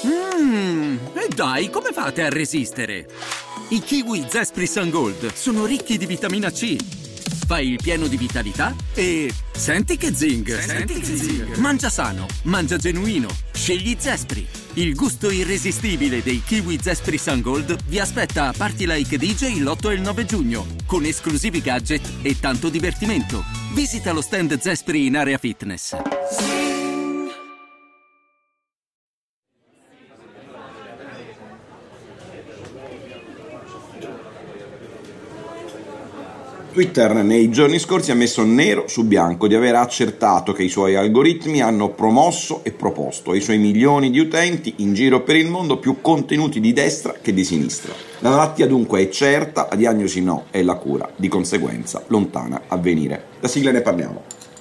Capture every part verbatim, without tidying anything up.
Mmm, e dai, come fate a resistere? I Kiwi Zespri Sun Gold sono ricchi di vitamina C. Fai il pieno di vitalità e senti che zing! Senti che zing! Mangia sano, mangia genuino, scegli Zespri. Il gusto irresistibile dei Kiwi Zespri Sun Gold vi aspetta a Party Like D J l'otto e il nove giugno, con esclusivi gadget e tanto divertimento. Visita lo stand Zespri in area fitness. Twitter nei giorni scorsi ha messo nero su bianco di aver accertato che i suoi algoritmi hanno promosso e proposto ai suoi milioni di utenti in giro per il mondo più contenuti di destra che di sinistra. La malattia dunque è certa, la diagnosi no e la cura, di conseguenza, lontana a venire. Da sigla ne parliamo.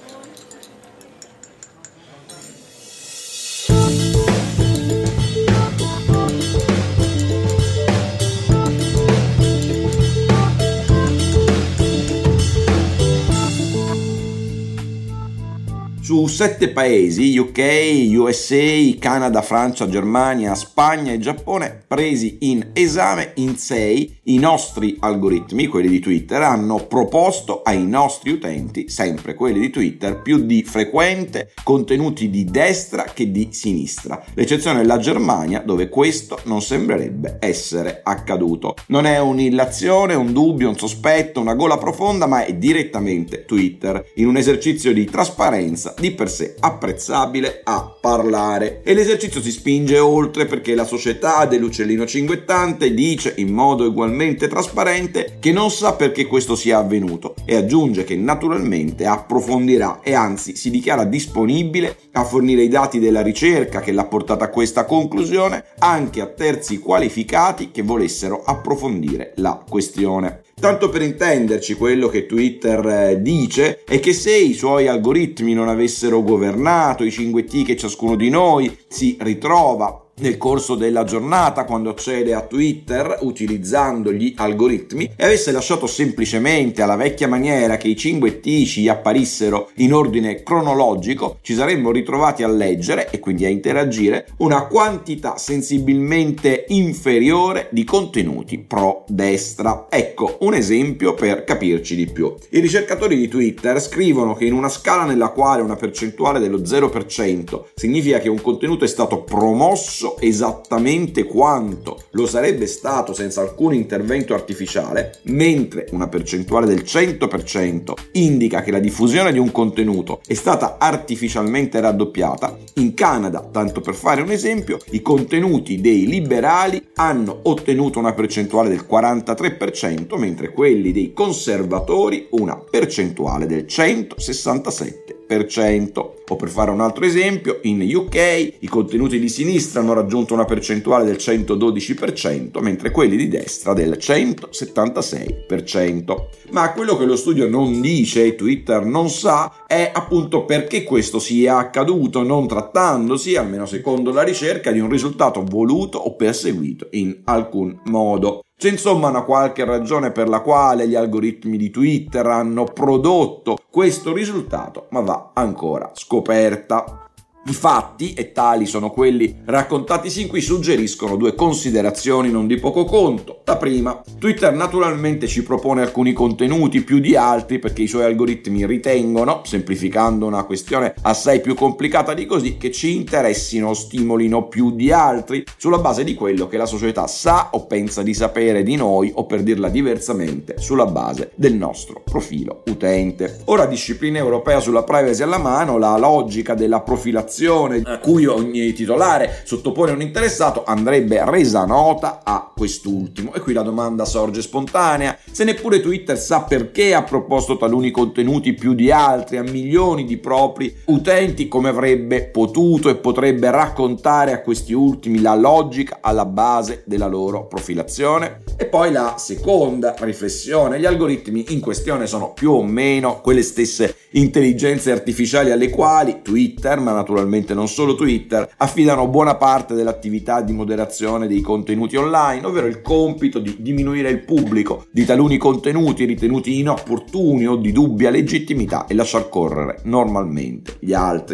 Su sette paesi, U K, U S A, Canada, Francia, Germania, Spagna e Giappone, presi in esame, in sei i nostri algoritmi, quelli di Twitter, hanno proposto ai nostri utenti, sempre quelli di Twitter, più di frequente contenuti di destra che di sinistra. L'eccezione è la Germania, dove questo non sembrerebbe essere accaduto. Non è un'illazione, un dubbio, un sospetto, una gola profonda, ma è direttamente Twitter, in un esercizio di trasparenza di per sé apprezzabile a parlare. E l'esercizio si spinge oltre, perché la società dell'uccellino cinguettante dice in modo ugualmente trasparente che non sa perché questo sia avvenuto e aggiunge che naturalmente approfondirà e anzi si dichiara disponibile a fornire i dati della ricerca che l'ha portata a questa conclusione anche a terzi qualificati che volessero approfondire la questione. Tanto per intenderci, quello che Twitter dice è che se i suoi algoritmi non avessero governato i cinguetti che ciascuno di noi si ritrova nel corso della giornata quando accede a Twitter utilizzando gli algoritmi e avesse lasciato semplicemente alla vecchia maniera che i cinguetti ci apparissero in ordine cronologico, ci saremmo ritrovati a leggere e quindi a interagire una quantità sensibilmente inferiore di contenuti pro destra. Ecco un esempio per capirci di più. I ricercatori di Twitter scrivono che in una scala nella quale una percentuale dello zero per cento significa che un contenuto è stato promosso esattamente quanto lo sarebbe stato senza alcun intervento artificiale, mentre una percentuale del cento per cento indica che la diffusione di un contenuto è stata artificialmente raddoppiata, in Canada, tanto per fare un esempio, i contenuti dei liberali hanno ottenuto una percentuale del quarantatré per cento, mentre quelli dei conservatori una percentuale del centosessantasette per cento. O per fare un altro esempio, in U K i contenuti di sinistra hanno raggiunto una percentuale del centododici per cento, mentre quelli di destra del centosettantasei per cento. Ma quello che lo studio non dice e Twitter non sa è appunto perché questo sia accaduto, non trattandosi, almeno secondo la ricerca, di un risultato voluto o perseguito in alcun modo. C'è insomma una qualche ragione per la quale gli algoritmi di Twitter hanno prodotto questo risultato, ma va ancora scoperta. I fatti, e tali sono quelli raccontati sin qui, suggeriscono due considerazioni non di poco conto. La prima, Twitter naturalmente ci propone alcuni contenuti più di altri perché i suoi algoritmi ritengono, semplificando una questione assai più complicata di così, che ci interessino o stimolino più di altri sulla base di quello che la società sa o pensa di sapere di noi, o per dirla diversamente, sulla base del nostro profilo utente. Ora, disciplina europea sulla privacy alla mano, la logica della profilazione a cui ogni titolare sottopone un interessato andrebbe resa nota a quest'ultimo. E qui la domanda sorge spontanea: se neppure Twitter sa perché ha proposto taluni contenuti più di altri a milioni di propri utenti, come avrebbe potuto e potrebbe raccontare a questi ultimi la logica alla base della loro profilazione? E poi la seconda riflessione: gli algoritmi in questione sono più o meno quelle stesse intelligenze artificiali alle quali Twitter, ma naturalmente non solo Twitter, affidano buona parte dell'attività di moderazione dei contenuti online, ovvero il compito di diminuire il pubblico di taluni contenuti ritenuti inopportuni o di dubbia legittimità e lasciar correre normalmente gli altri.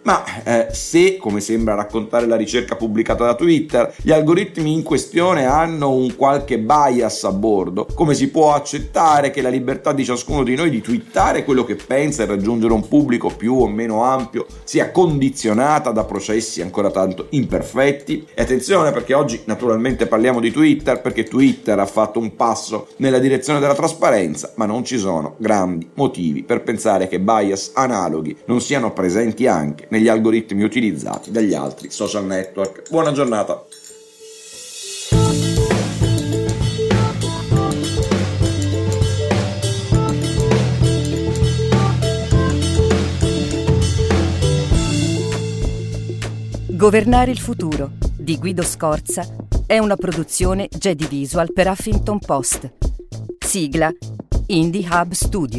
Ma eh, se, come sembra raccontare la ricerca pubblicata da Twitter, gli algoritmi in questione hanno un qualche bias a bordo, come si può accettare che la libertà di ciascuno di noi di twittare quello che pensa e raggiungere un pubblico più o meno ampio sia condizionata da processi ancora tanto imperfetti? E attenzione, perché oggi naturalmente parliamo di Twitter, perché Twitter ha fatto un passo nella direzione della trasparenza, ma non ci sono grandi motivi per pensare che bias analoghi non siano presenti anche negli algoritmi utilizzati dagli altri social network. Buona giornata. Governare il futuro di Guido Scorza è una produzione Jedi Visual per Huffington Post. Sigla Indie Hub Studio.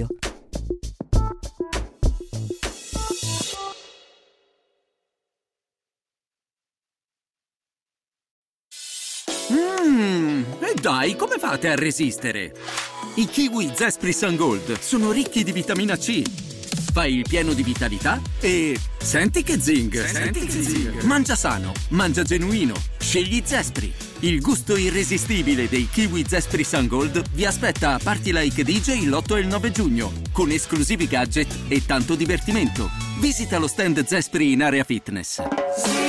Mmm, e dai, come fate a resistere? I kiwi Zespri Sungold sono ricchi di vitamina C. Fai il pieno di vitalità e senti che zing! Senti che zing! Mangia sano, mangia genuino, scegli Zespri. Il gusto irresistibile dei kiwi Zespri Sungold vi aspetta a Party Like D J l'otto e il nove giugno, con esclusivi gadget e tanto divertimento. Visita lo stand Zespri in area fitness.